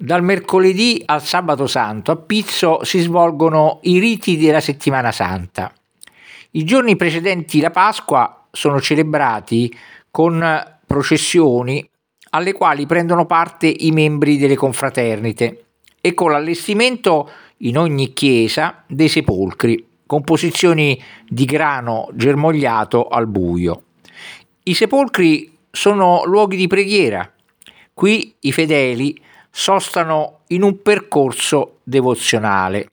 Dal mercoledì al sabato santo a Pizzo si svolgono i riti della settimana santa. I giorni precedenti la Pasqua sono celebrati con processioni alle quali prendono parte i membri delle confraternite e con l'allestimento in ogni chiesa dei sepolcri, composizioni di grano germogliato al buio. I sepolcri sono luoghi di preghiera. Qui i fedeli sostano in un percorso devozionale.